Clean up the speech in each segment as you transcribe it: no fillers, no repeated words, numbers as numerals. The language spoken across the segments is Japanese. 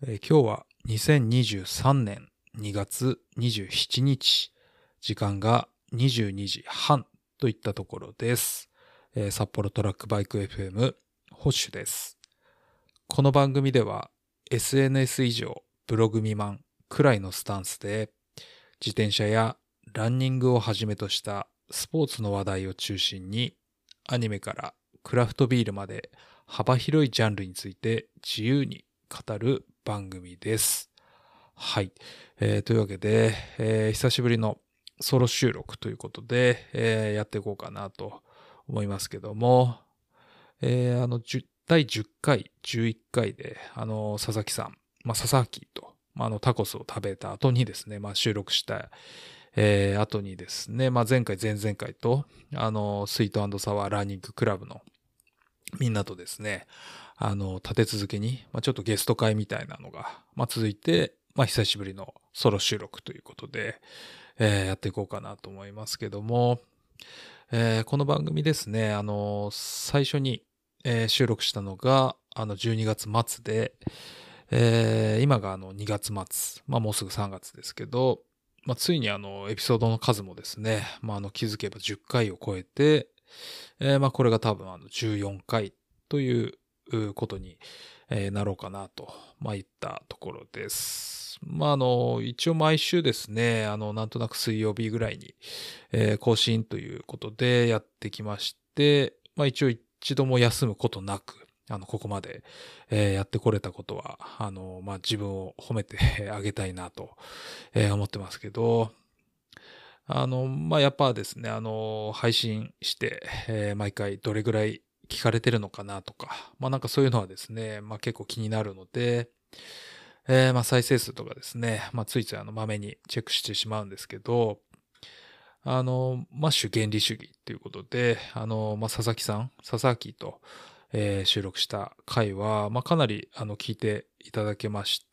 今日は2023年2月27日、時間が22時半といったところです。札幌トラックバイク FM ホッシュです。この番組では SNS 以上ブログ未満くらいのスタンスで自転車やランニングをはじめとしたスポーツの話題を中心にアニメからクラフトビールまで幅広いジャンルについて自由に語る番組です。はい。というわけで、久しぶりのソロ収録ということで、やっていこうかなと思いますけども、第10回、11回で、佐々木さん、佐々木と、タコスを食べた後にですね、収録した、後にですね、前回、前々回と、スイート&サワーランニングクラブのみんなとですね、立て続けに、ちょっとゲスト会みたいなのが、続いて、久しぶりのソロ収録ということで、やっていこうかなと思いますけども、この番組ですね、最初に、収録したのが、12月末で、今が2月末、もうすぐ3月ですけど、ついにエピソードの数もですね、気づけば10回を超えて、これが多分14回ということになろうかなと、いったところです。一応毎週ですね、なんとなく水曜日ぐらいに、更新ということでやってきまして、一応一度も休むことなく、ここまで、やってこれたことは、自分を褒めてあげたいなと、思ってますけど、やっぱですね、配信して、毎回どれぐらい聞かれてるのかなとか、なんかそういうのはですね、結構気になるので、再生数とかですね、ついついまめにチェックしてしまうんですけど、主原理主義っていうことで、佐々木さん、佐々木と、収録した回は、かなり、聞いていただけまして、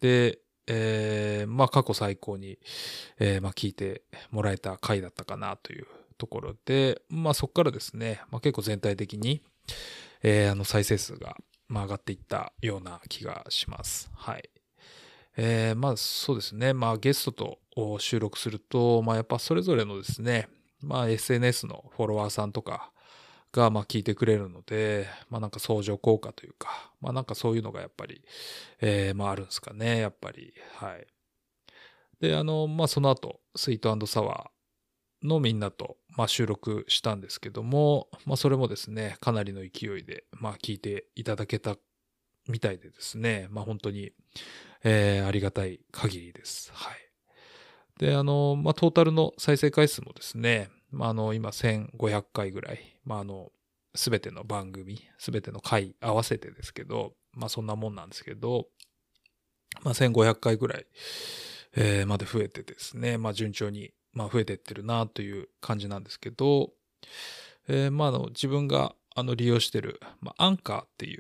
過去最高に、聞いてもらえた回だったかなというところで、そこからですね、結構全体的に、再生数が、上がっていったような気がします。はい。そうですね。ゲストと収録すると、やっぱそれぞれのですね、SNS のフォロワーさんとかが、聞いてくれるので、なんか相乗効果というか、なんかそういうのがやっぱり、あるんですかね、やっぱり。はい。で、その後、スイート&サワーのみんなと、収録したんですけども、それもですね、かなりの勢いで、聞いていただけたみたいでですね、本当に、ありがたい限りです。はい。で、トータルの再生回数もですね、今1500回ぐらい、すべての番組、すべての回合わせてですけど、そんなもんなんですけど、1500回ぐらい、まで増えてですね、順調に、増えていってるなという感じなんですけど、自分が利用してる、アンカーっていう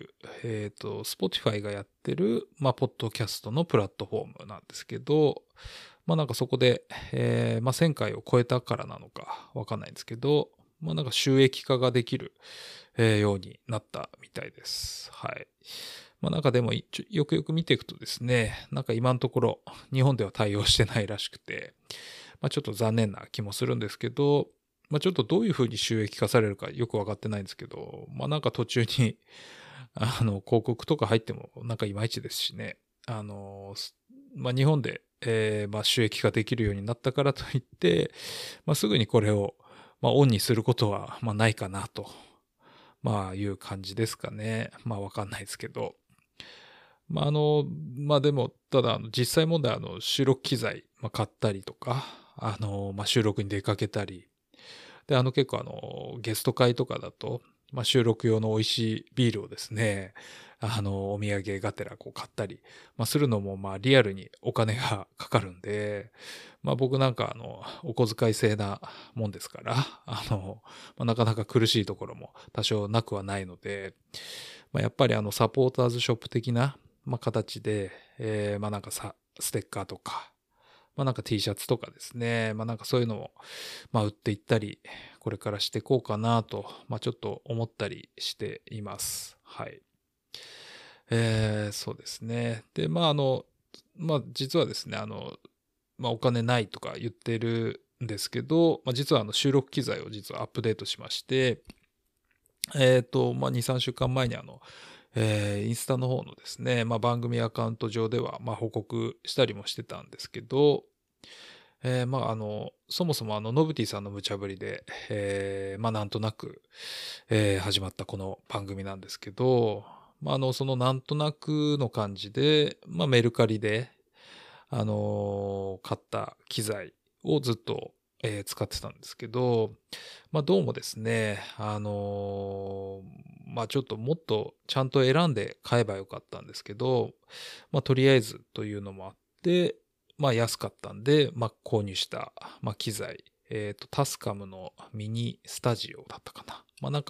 、Spotify がやってる、ポッドキャストのプラットフォームなんですけど、なんかそこで、1000回を超えたからなのかわかんないんですけど、なんか収益化ができる、ようになったみたいです。はい。なんかでも、よくよく見ていくとですね、なんか今のところ日本では対応してないらしくて、ちょっと残念な気もするんですけど、ちょっとどういうふうに収益化されるかよくわかってないんですけど、なんか途中に、広告とか入ってもなんかいまいちですしね。日本で、収益化できるようになったからといって、すぐにこれを、オンにすることは、ないかなと、いう感じですかね。わかんないですけど。でも、ただ、実際問題、収録機材、買ったりとか、収録に出かけたり、で、結構ゲスト会とかだと、収録用の美味しいビールをですね、お土産がてらこう買ったり、するのも、リアルにお金がかかるんで、僕なんかお小遣い制なもんですから、なかなか苦しいところも多少なくはないので、やっぱりサポーターズショップ的な、形で、なんかステッカーとか、なんか T シャツとかですね、なんかそういうのを、売っていったり、これからしていこうかなと、ちょっと思ったりしています。はい。そうですね。で、 実はですね、お金ないとか言ってるんですけど、実は収録機材を実はアップデートしまして、2、3週間前にインスタの方のですね、番組アカウント上では、報告したりもしてたんですけど、そもそもノブティさんの無茶ぶりで、なんとなく、始まったこの番組なんですけど、そのなんとなくの感じで、メルカリで、買った機材をずっと、使ってたんですけど、どうもですね、ちょっともっとちゃんと選んで買えばよかったんですけど、とりあえずというのもあって、安かったんで、購入した、機材、タスカムのミニスタジオだったかな。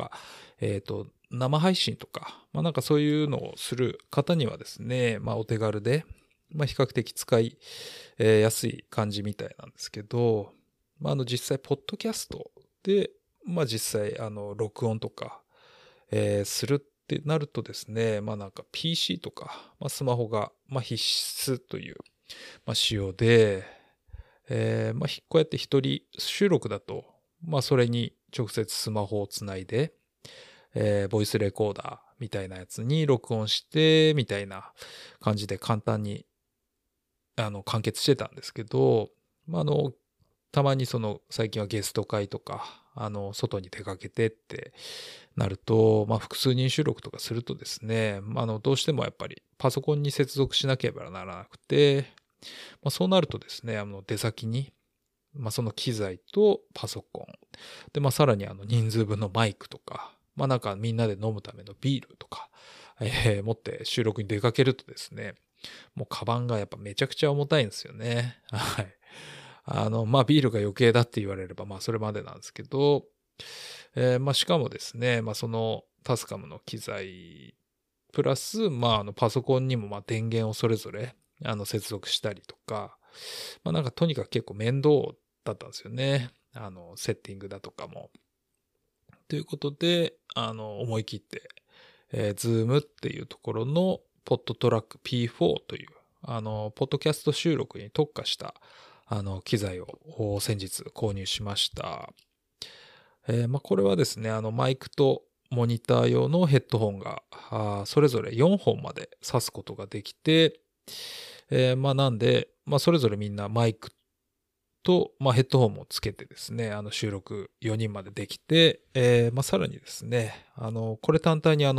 生配信とか、そういうのをする方にはですね、お手軽で、比較的使い、やすい感じみたいなんですけど、実際、ポッドキャストで、実際、録音とか、するってなるとですね、PC とか、スマホが、必須という、仕様で、こうやって一人収録だと、それに直接スマホをつないで、ボイスレコーダーみたいなやつに録音して、みたいな感じで簡単に、完結してたんですけど、たまに最近はゲスト会とか、外に出かけてってなると、複数人収録とかするとですね、どうしてもやっぱりパソコンに接続しなければならなくて、そうなるとですね、出先に、その機材とパソコン、で、さらに人数分のマイクとか、みんなで飲むためのビールとか、持って収録に出かけるとですね、もうカバンがやっぱめちゃくちゃ重たいんですよね。はい。ビールが余計だって言われれば、それまでなんですけど、しかもですね、そのタスカムの機材、プラス、パソコンにも電源をそれぞれ、接続したりとか、とにかく結構面倒だったんですよね。セッティングだとかも。ということで、思い切って、ズームっていうところの、ポッドトラック P4 という、ポッドキャスト収録に特化した、機材を先日購入しました。これはですね、マイクとモニター用のヘッドホンが、それぞれ4本まで挿すことができて、なんで、それぞれみんなマイクと、ヘッドホンもつけてですね、収録4人までできて、さらにですね、これ単体に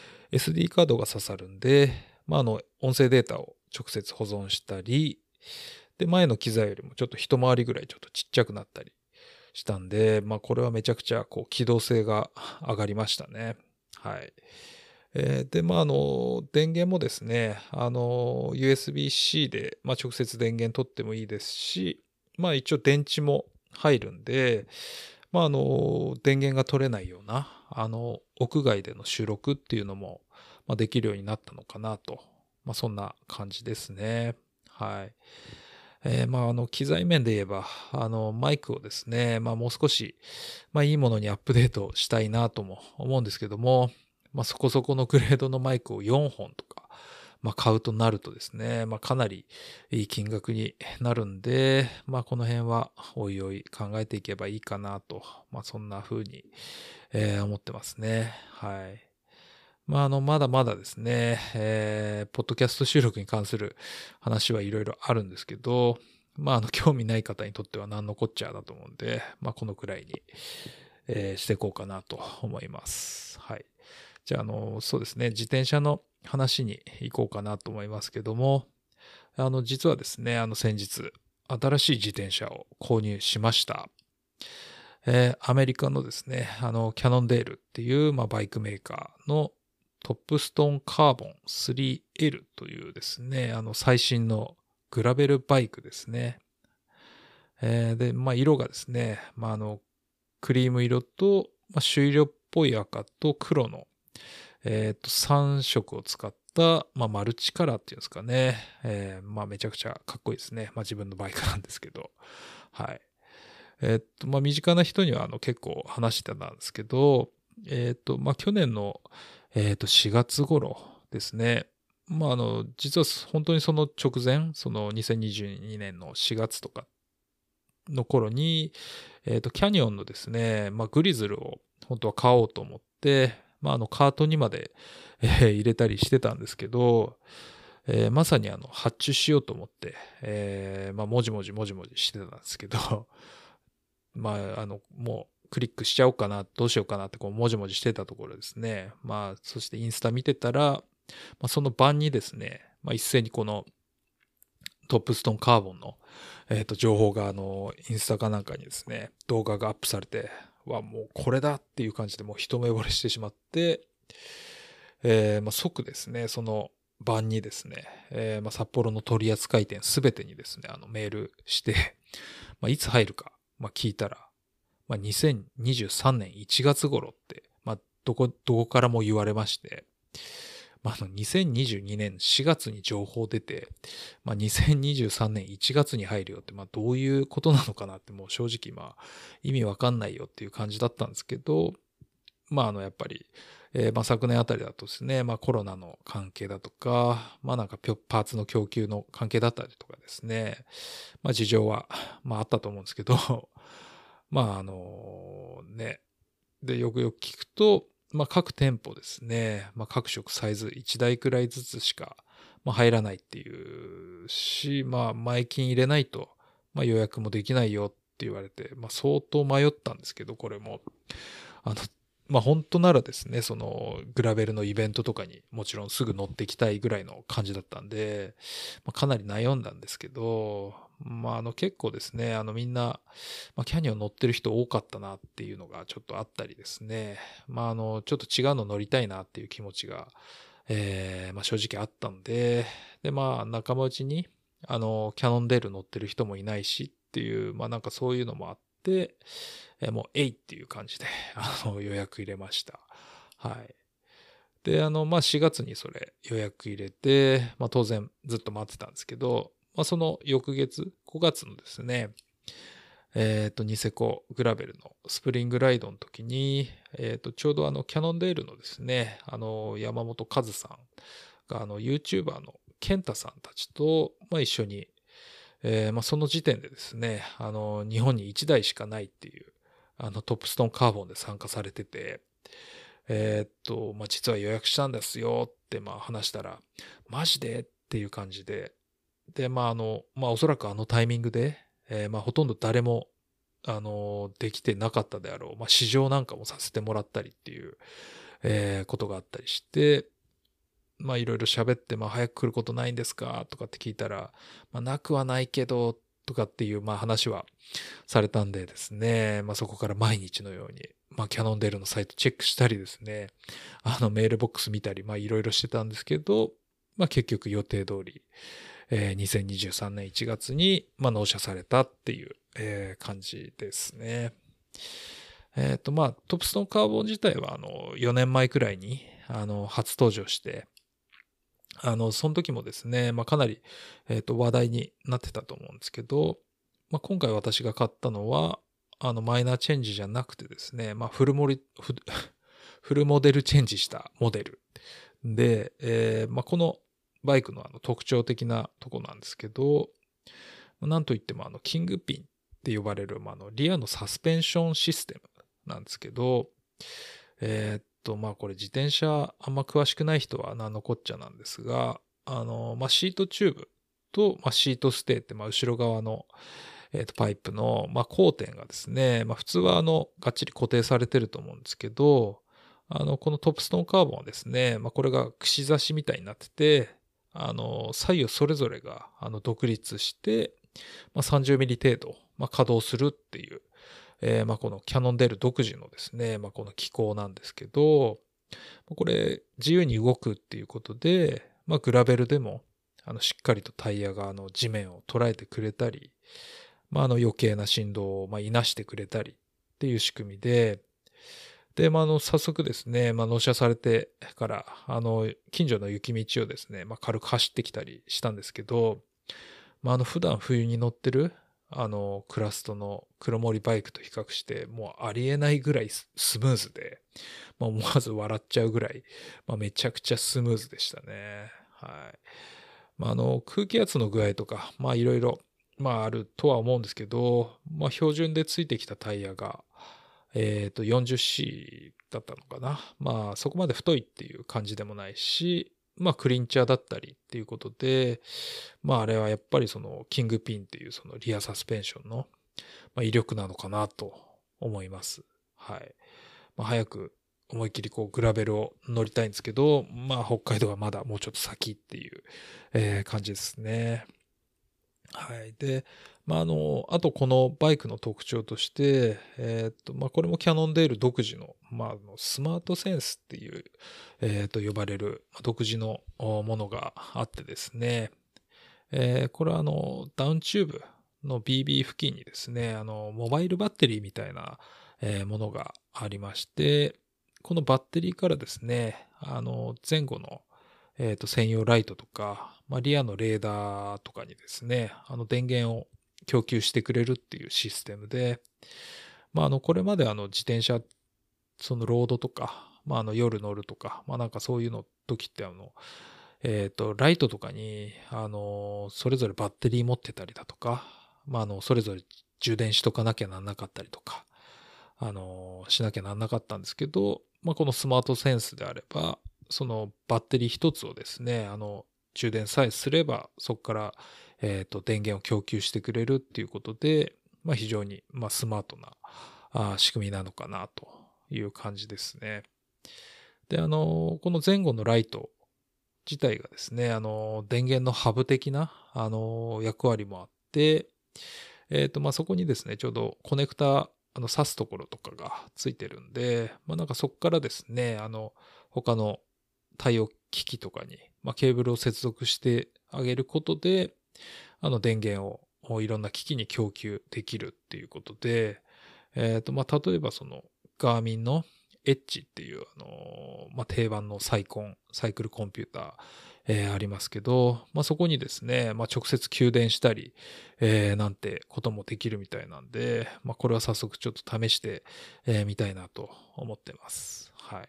SD カードが刺さるんで、音声データを直接保存したり、で、前の機材よりもちょっと一回りぐらいちょっとちっちゃくなったりしたんで、これはめちゃくちゃ機動性が上がりましたね。はい。で、電源もですね、USB-C で、直接電源取ってもいいですし、一応電池も入るんで、電源が取れないような、屋外での収録っていうのも、できるようになったのかなと。そんな感じですね。はい。機材面で言えば、マイクをですね、もう少し、いいものにアップデートしたいなとも思うんですけども、そこそこのグレードのマイクを4本とか、買うとなるとですね、かなりいい金額になるんで、この辺はおいおい考えていけばいいかなと、そんな風に、思ってますね。はい。まだまだですね、ポッドキャスト収録に関する話はいろいろあるんですけど、興味ない方にとっては何のこっちゃだと思うんで、このくらいに、していこうかなと思います。はい。じゃあ、そうですね、自転車の話に行こうかなと思いますけども、実はですね、先日、新しい自転車を購入しました。アメリカのですね、キャノンデールっていう、バイクメーカーのトップストーンカーボン 3L というですね、最新のグラベルバイクですね。で、色がですね、クリーム色と、朱色っぽい赤と黒の、3色を使った、マルチカラーっていうんですかね。めちゃくちゃかっこいいですね。自分のバイクなんですけど。はい。身近な人には結構話してたんですけど、去年の4月頃ですね。 実は本当にその直前、その2022年の4月とかの頃に、キャニオンのですね、グリズルを本当は買おうと思って、カートにまで、入れたりしてたんですけど、まさに発注しようと思って、もじもじしてたんですけど、もうクリックしちゃおうかな、どうしようかなってこう、もじもじしてたところですね。そしてインスタ見てたら、その晩にですね、一斉にこのトップストーンカーボンの、情報がインスタかなんかにですね、動画がアップされて、もうこれだっていう感じでもう一目惚れしてしまって、即ですね、その晩にですね、札幌の取扱店すべてにですね、メールしていつ入るか、聞いたら、2023年1月頃って、どこからも言われまして、2022年4月に情報出て、2023年1月に入るよって、どういうことなのかなって、もう正直意味わかんないよっていう感じだったんですけど、やっぱり、昨年あたりだとですね、コロナの関係だとか、なんかパーツの供給の関係だったりとかですね、事情は、あったと思うんですけど、ね、で、よくよく聞くと、各店舗ですね、各色サイズ1台くらいずつしか、入らないっていうし、前金入れないと、予約もできないよって言われて、相当迷ったんですけど、これも。あの、本当ならですね、その、グラベルのイベントとかにもちろんすぐ乗ってきたいぐらいの感じだったんで、かなり悩んだんですけど、結構ですね、みんな、キャニオン乗ってる人多かったなっていうのがちょっとあったりですね、ちょっと違うの乗りたいなっていう気持ちが、正直あったんで、で、仲間内に、キャノンデール乗ってる人もいないしっていう、なんかそういうのもあって、もう、えいっていう感じで、予約入れました。はい。で、4月にそれ予約入れて、当然ずっと待ってたんですけど、その翌月、5月のですね、ニセコグラベルのスプリングライドの時に、ちょうどキャノンデールのですね、山本和さんがYouTuber のケンタさんたちと、一緒に、その時点でですね、日本に1台しかないっていう、トップストーンカーボンで参加されてて、実は予約したんですよって、話したら、マジでっていう感じで、で、おそらくあのタイミングで、ほとんど誰も、できてなかったであろう、試乗なんかもさせてもらったりっていう、ことがあったりして、いろいろ喋って、早く来ることないんですかとかって聞いたら、なくはないけど、とかっていう、話はされたんでですね、そこから毎日のように、キャノンデールのサイトチェックしたりですね、メールボックス見たり、いろいろしてたんですけど、結局予定通り、2023年1月に、納車されたっていう、感じですね。トップストーンカーボン自体は、4年前くらいに、初登場して、その時もですね、かなり、話題になってたと思うんですけど、今回私が買ったのは、マイナーチェンジじゃなくてですね、フルモデルチェンジしたモデル。で、このバイクの特徴的なとこなんですけど、なんといってもキングピンって呼ばれる、リアのサスペンションシステムなんですけど、これ自転車あんま詳しくない人は何のこっちゃなんですが、シートチューブと、シートステーって、後ろ側の、パイプの、交点がですね、普通はがっちり固定されてると思うんですけど、このトップストーンカーボンはですね、これが串刺しみたいになってて、左右それぞれが、独立して、30ミリ程度、稼働するっていう、このキャノンデール独自のですね、この機構なんですけど、これ自由に動くっていうことで、グラベルでも、しっかりとタイヤが地面を捉えてくれたり、余計な振動をいなしてくれたりっていう仕組みで、で、早速ですね、納車されてから、近所の雪道をですね、軽く走ってきたりしたんですけど、普段冬に乗ってる、クラストの黒森バイクと比較して、もうありえないぐらいスムーズで、思わず笑っちゃうぐらい、めちゃくちゃスムーズでしたね。 はい。空気圧の具合とか、いろいろ、あるとは思うんですけど、標準でついてきたタイヤが、40C だったのかな。そこまで太いっていう感じでもないし、クリンチャーだったりっていうことで、あれはやっぱりその、キングピンっていうそのリアサスペンションの、威力なのかなと思います。はい。早く思いっきりこうグラベルを乗りたいんですけど、北海道はまだもうちょっと先っていう、感じですね。はい。で、あとこのバイクの特徴として、これもキャノンデール独自の、スマートセンスっていう、呼ばれる独自のものがあってですね、これはダウンチューブの BB 付近にですね、モバイルバッテリーみたいな、ものがありまして、このバッテリーからですね、前後の、専用ライトとか、リアのレーダーとかにですね、電源を供給してくれるっていうシステムで、これまで自転車、そのロードとか、夜乗るとか、なんかそういうの時ってライトとかに、それぞれバッテリー持ってたりだとか、それぞれ充電しとかなきゃなんなかったりとか、しなきゃなんなかったんですけど、このスマートセンスであれば、そのバッテリー一つをですね、充電さえすれば、そこから、電源を供給してくれるっていうことで、非常に、スマートな仕組みなのかなという感じですね。で、この前後のライト自体がですね、電源のハブ的な、役割もあって、そこにですね、ちょうどコネクタ、挿すところとかがついてるんで、なんかそこからですね、他の対応機器とかに、ケーブルを接続してあげることで、電源をいろんな機器に供給できるっていうことで、例えばその、ガーミンのエッジっていう、定番のサイクルコンピューター、ありますけど、そこにですね、直接給電したり、なんてこともできるみたいなんで、これは早速ちょっと試して、みたいなと思ってます。はい。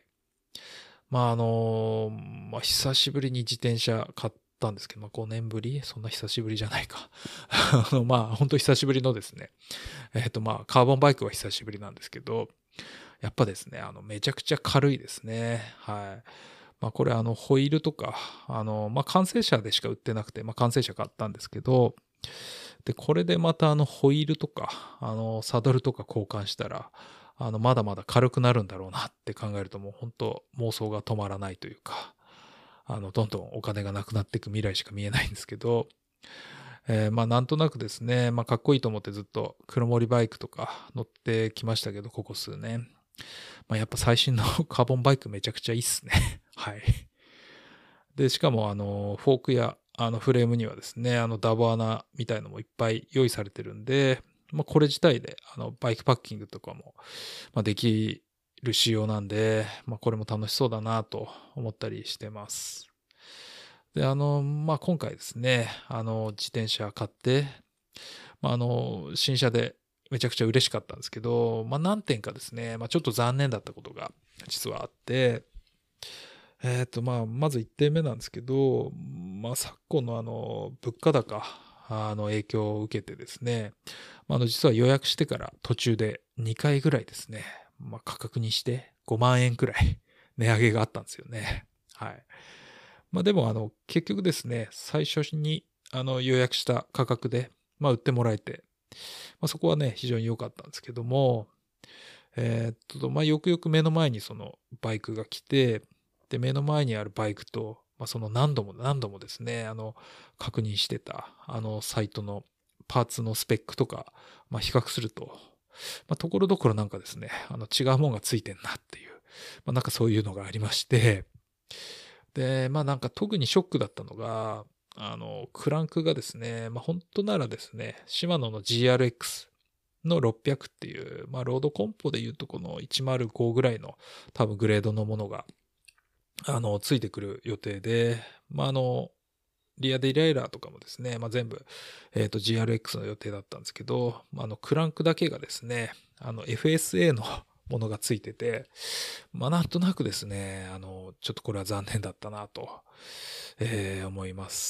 久しぶりに自転車買ったんですけど、5年ぶりそんな久しぶりじゃないか。本当久しぶりのですね、カーボンバイクは久しぶりなんですけど、やっぱですね、めちゃくちゃ軽いですね。はい。これホイールとか、完成車でしか売ってなくて、完成車買ったんですけど、で、これでまたホイールとか、サドルとか交換したら、まだまだ軽くなるんだろうなって考えるともう本当妄想が止まらないというか、どんどんお金がなくなっていく未来しか見えないんですけど、なんとなくですね、かっこいいと思ってずっと黒森バイクとか乗ってきましたけど、ここ数年。やっぱ最新のカーボンバイクめちゃくちゃいいっすね。はい。で、しかもフォークやフレームにはですね、ダボ穴みたいのもいっぱい用意されてるんで、これ自体でバイクパッキングとかも、できる仕様なんで、これも楽しそうだなと思ったりしてます。で、今回ですね、自転車買って、新車でめちゃくちゃ嬉しかったんですけど、何点かですね、ちょっと残念だったことが実はあって、まず1点目なんですけど、昨今の物価高の影響を受けてですね、実は予約してから途中で2回ぐらいですね、価格にして5万円くらい値上げがあったんですよね。はい。でも結局ですね、最初に予約した価格で、売ってもらえて、そこはね、非常に良かったんですけども、よくよく目の前にそのバイクが来て、で、目の前にあるバイクと、その何度もですね、確認してた、サイトのパーツのスペックとか、比較すると、ところどころなんかですね、違うもんがついてんなっていう、なんかそういうのがありまして、で、なんか特にショックだったのが、クランクがですね、本当ならですね、シマノの GRX の600っていう、ロードコンポで言うとこの105ぐらいの多分グレードのものが、ついてくる予定で、リアディレイラーとかもですね、全部、GRX の予定だったんですけど、クランクだけがですね、FSA のものがついてて、なんとなくですね、ちょっとこれは残念だったなと、 思います。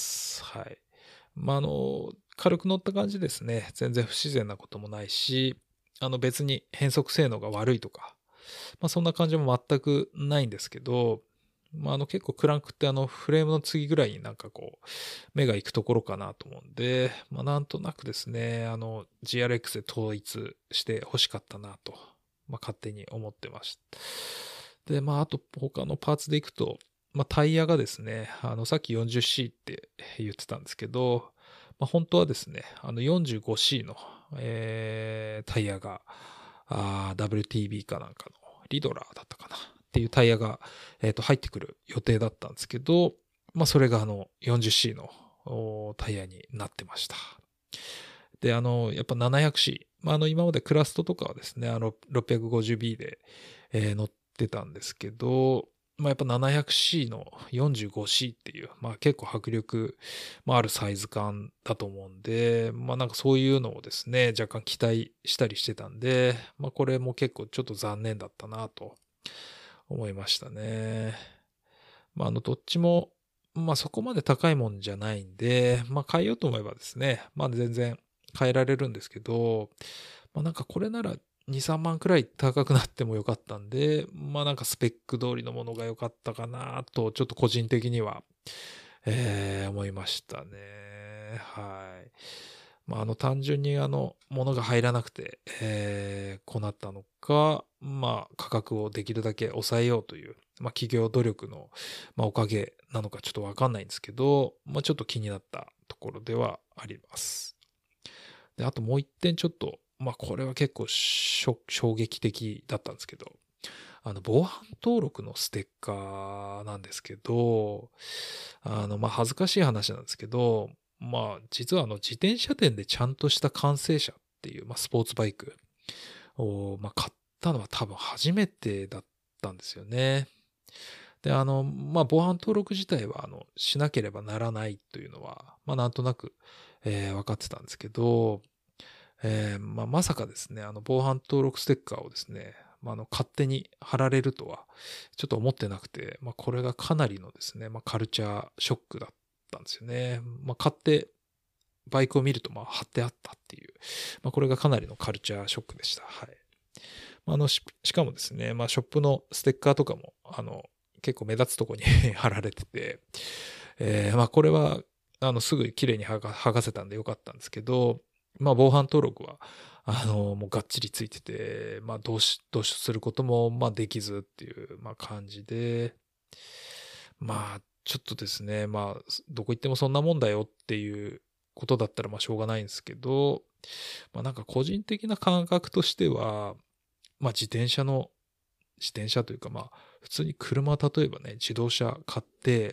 はい。まあ、軽く乗った感じですね。全然不自然なこともないし、別に変速性能が悪いとか、まあ、そんな感じも全くないんですけど、まあ、結構クランクってフレームの次ぐらいになんかこう、目が行くところかなと思うんで、まあ、なんとなくですね、GRX で統一して欲しかったなと、まあ、勝手に思ってました。で、まあ、あと他のパーツでいくと、まあ、タイヤがですね、さっき 40C って言ってたんですけど、まあ、本当はですね、45C の、タイヤが、WTB かなんかの、リドラーだったかなっていうタイヤが、入ってくる予定だったんですけど、まあ、それが40C のタイヤになってました。で、やっぱ 700C、まあ、今までクラストとかはですね、650B で、乗ってたんですけど、まあ、やっぱ 700C の 45C っていう、まあ、結構迫力もあるサイズ感だと思うんで、まあ、なんかそういうのをですね、若干期待したりしてたんで、まあ、これも結構ちょっと残念だったなと思いましたね。まあ、どっちも、まあ、そこまで高いもんじゃないんで、まあ、変えようと思えばですね、まあ、全然変えられるんですけど、まあ、なんかこれなら2、3万くらい高くなってもよかったんで、まあ、なんかスペック通りのものが良かったかなと、ちょっと個人的には、思いましたね。はい。まあ、単純に物が入らなくて、こうなったのか、まあ、価格をできるだけ抑えようという、まあ、企業努力の、まあ、おかげなのかちょっとわかんないんですけど、まあ、ちょっと気になったところではあります。で、あともう一点ちょっと、まあ、これは結構衝撃的だったんですけど、防犯登録のステッカーなんですけど、まあ、恥ずかしい話なんですけど、まあ、実は自転車店でちゃんとした完成車っていう、まあ、スポーツバイクを、まあ、買ったのは多分初めてだったんですよね。で、まあ、防犯登録自体は、しなければならないというのは、まあ、なんとなく、分かってたんですけど、まあ、まさかですね、防犯登録ステッカーをですね、まあ、勝手に貼られるとは、ちょっと思ってなくて、まあ、これがかなりのですね、まあ、カルチャーショックだったんですよね。まあ、買って、バイクを見ると、まあ、貼ってあったっていう、まあ、これがかなりのカルチャーショックでした。はい。まあ、しかもですね、まあ、ショップのステッカーとかも、結構目立つとこに貼られてて、まあ、これは、すぐ綺麗に剥がせたんでよかったんですけど、まあ、防犯登録は、もうがっちりついてて、まあ、どうすることも、まあ、できずっていう、まあ、感じで、まあ、ちょっとですね、まあ、どこ行ってもそんなもんだよっていうことだったら、まあ、しょうがないんですけど、まあ、なんか個人的な感覚としては、まあ、自転車というか、まあ、普通に車、例えばね、自動車買って、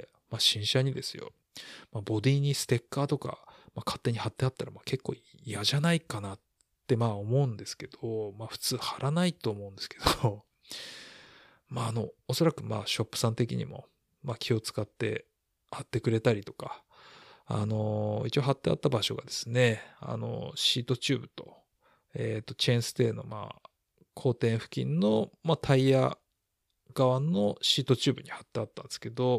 まあ、新車にですよ、まあ、ボディにステッカーとか、まあ、勝手に貼ってあったら、まあ、結構嫌じゃないかなって、まあ、思うんですけど、まあ、普通貼らないと思うんですけど、まあ、おそらく、まあ、ショップさん的にも、まあ、気を使って貼ってくれたりとか、一応貼ってあった場所がですね、シートチューブと、チェーンステーの、まあ、交点付近の、まあ、タイヤ側のシートチューブに貼ってあったんですけど、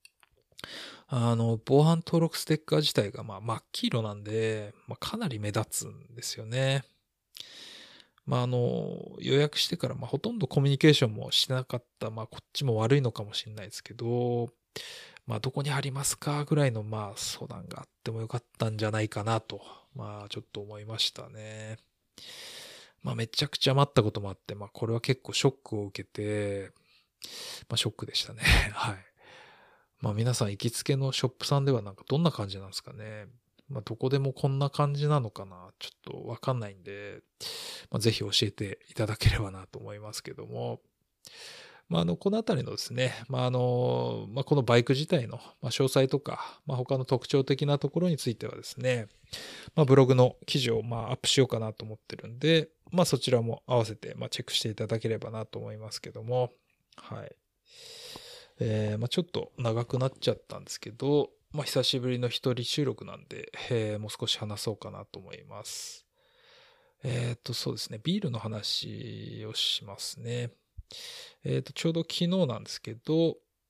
防犯登録ステッカー自体が、まあ、真っ黄色なんで、まあ、かなり目立つんですよね。まあ、予約してから、まあ、ほとんどコミュニケーションもしてなかった、まあ、こっちも悪いのかもしれないですけど、まあ、どこに貼りますかぐらいの、まあ、相談があってもよかったんじゃないかなと、まあ、ちょっと思いましたね。まあ、めちゃくちゃ待ったこともあって、まあ、これは結構ショックを受けて、まあ、ショックでしたね。はい。まあ、皆さん行きつけのショップさんではなんかどんな感じなんですかね。まあ、どこでもこんな感じなのかな。ちょっとわかんないんで、まあ、ぜひ教えていただければなと思いますけども。まあ、このあたりのですね、まあ、まあ、このバイク自体の、まあ、詳細とか、まあ、他の特徴的なところについてはですね、まあ、ブログの記事を、まあ、アップしようかなと思ってるんで、まあ、そちらも合わせて、まあ、チェックしていただければなと思いますけども、はい。まあ、ちょっと長くなっちゃったんですけど、まあ、久しぶりの一人収録なんで、もう少し話そうかなと思います。そうですね、ビールの話をしますね。ちょうど昨日なんですけど、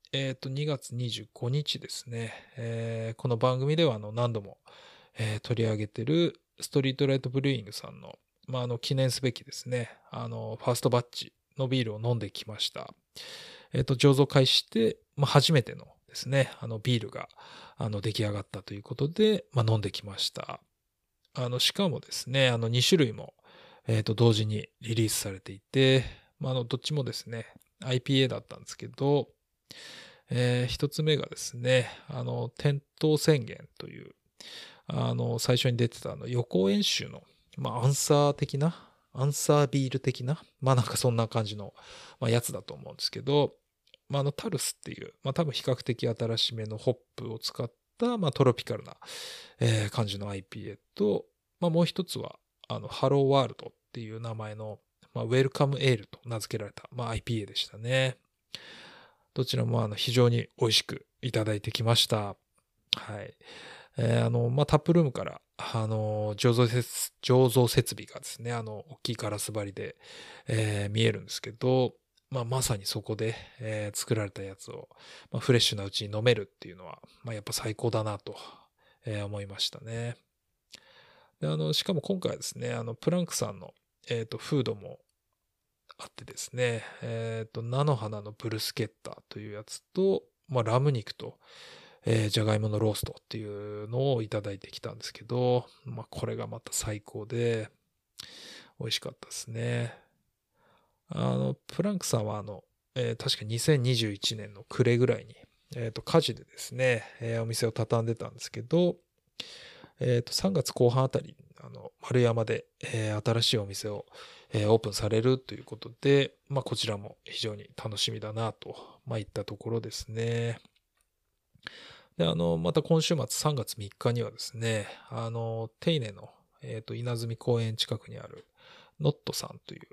2月25日ですね。この番組では何度も、取り上げてるストリートライトブルーイングさんの、記念すべきですね、ファーストバッジのビールを飲んできました。醸造開始して、初めてのですね、ビールが、出来上がったということで、飲んできました。しかもですね、2種類も、同時にリリースされていて、どっちもですね、IPA だったんですけど、一つ目がですね、点灯宣言という、最初に出てた予行演習の、アンサービール的な、なんかそんな感じの、やつだと思うんですけど、タルスっていう、多分比較的新しめのホップを使った、トロピカルな、感じの IPA と、もう一つは、ハローワールドっていう名前の、ウェルカムエールと名付けられた、IPA でしたね。どちらも非常に美味しくいただいてきました。はい。タップルームから、醸造設備がですね、大きいガラス張りで、見えるんですけど、まさにそこで、作られたやつを、フレッシュなうちに飲めるっていうのは、やっぱ最高だなと、思いましたね。で、しかも今回はですね、プランクさんの、フードもあってですね、菜の花のブルスケッタというやつと、ラム肉と、じゃがいものローストっていうのをいただいてきたんですけど、これがまた最高で、美味しかったですね。プランクさんは確か2021年の暮れぐらいに、火事でですね、お店を畳んでたんですけど、3月後半あたり、丸山で、新しいお店を、オープンされるということで、こちらも非常に楽しみだなと、いったところですね。で、また今週末3月3日にはですね、手稲の、稲積公園近くにある、ノットさんという、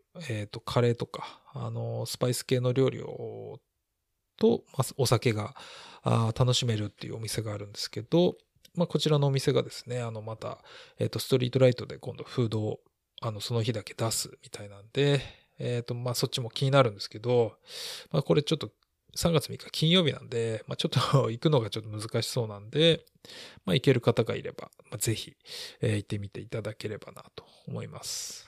カレーとか、スパイス系の料理を、お酒が楽しめるっていうお店があるんですけど、こちらのお店がですね、また、ストリートライトで今度フードを、その日だけ出すみたいなんで、そっちも気になるんですけど、これちょっと3月3日金曜日なんで、ちょっと行くのがちょっと難しそうなんで、行ける方がいれば、ぜひ、行ってみていただければなと思います。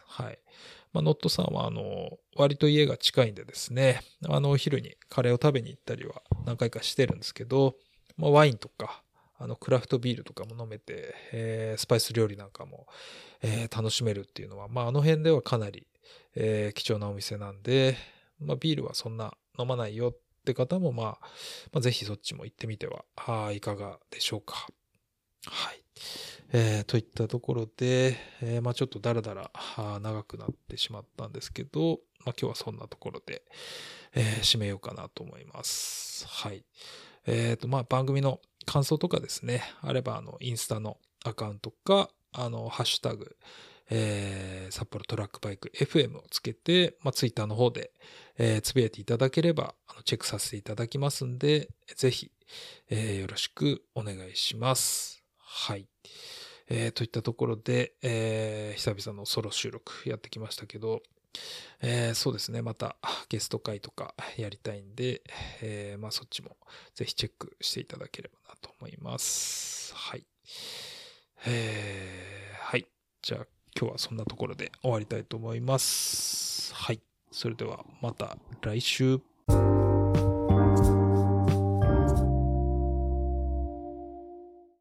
はい。ノットさんは、割と家が近いんでですね、お昼にカレーを食べに行ったりは何回かしてるんですけど、ワインとか、クラフトビールとかも飲めて、スパイス料理なんかも、楽しめるっていうのは、あの辺ではかなり、貴重なお店なんで、ビールはそんな飲まないよって方も、ぜひそっちも行ってみてはいかがでしょうか。はい。といったところで、ちょっとだらだら長くなってしまったんですけど、今日はそんなところで、締めようかなと思います。はい。番組の感想とかですね、あれば、インスタのアカウントか、ハッシュタグ、札幌トラックバイク FM をつけて、ツイッターの方で、つぶやいていただければ、チェックさせていただきますんで、ぜひ、よろしくお願いします。はい。といったところで、久々のソロ収録やってきましたけど、そうですね。またゲスト会とかやりたいんで、そっちもぜひチェックしていただければなと思います。はい。はい。じゃあ今日はそんなところで終わりたいと思います。はい。それではまた来週。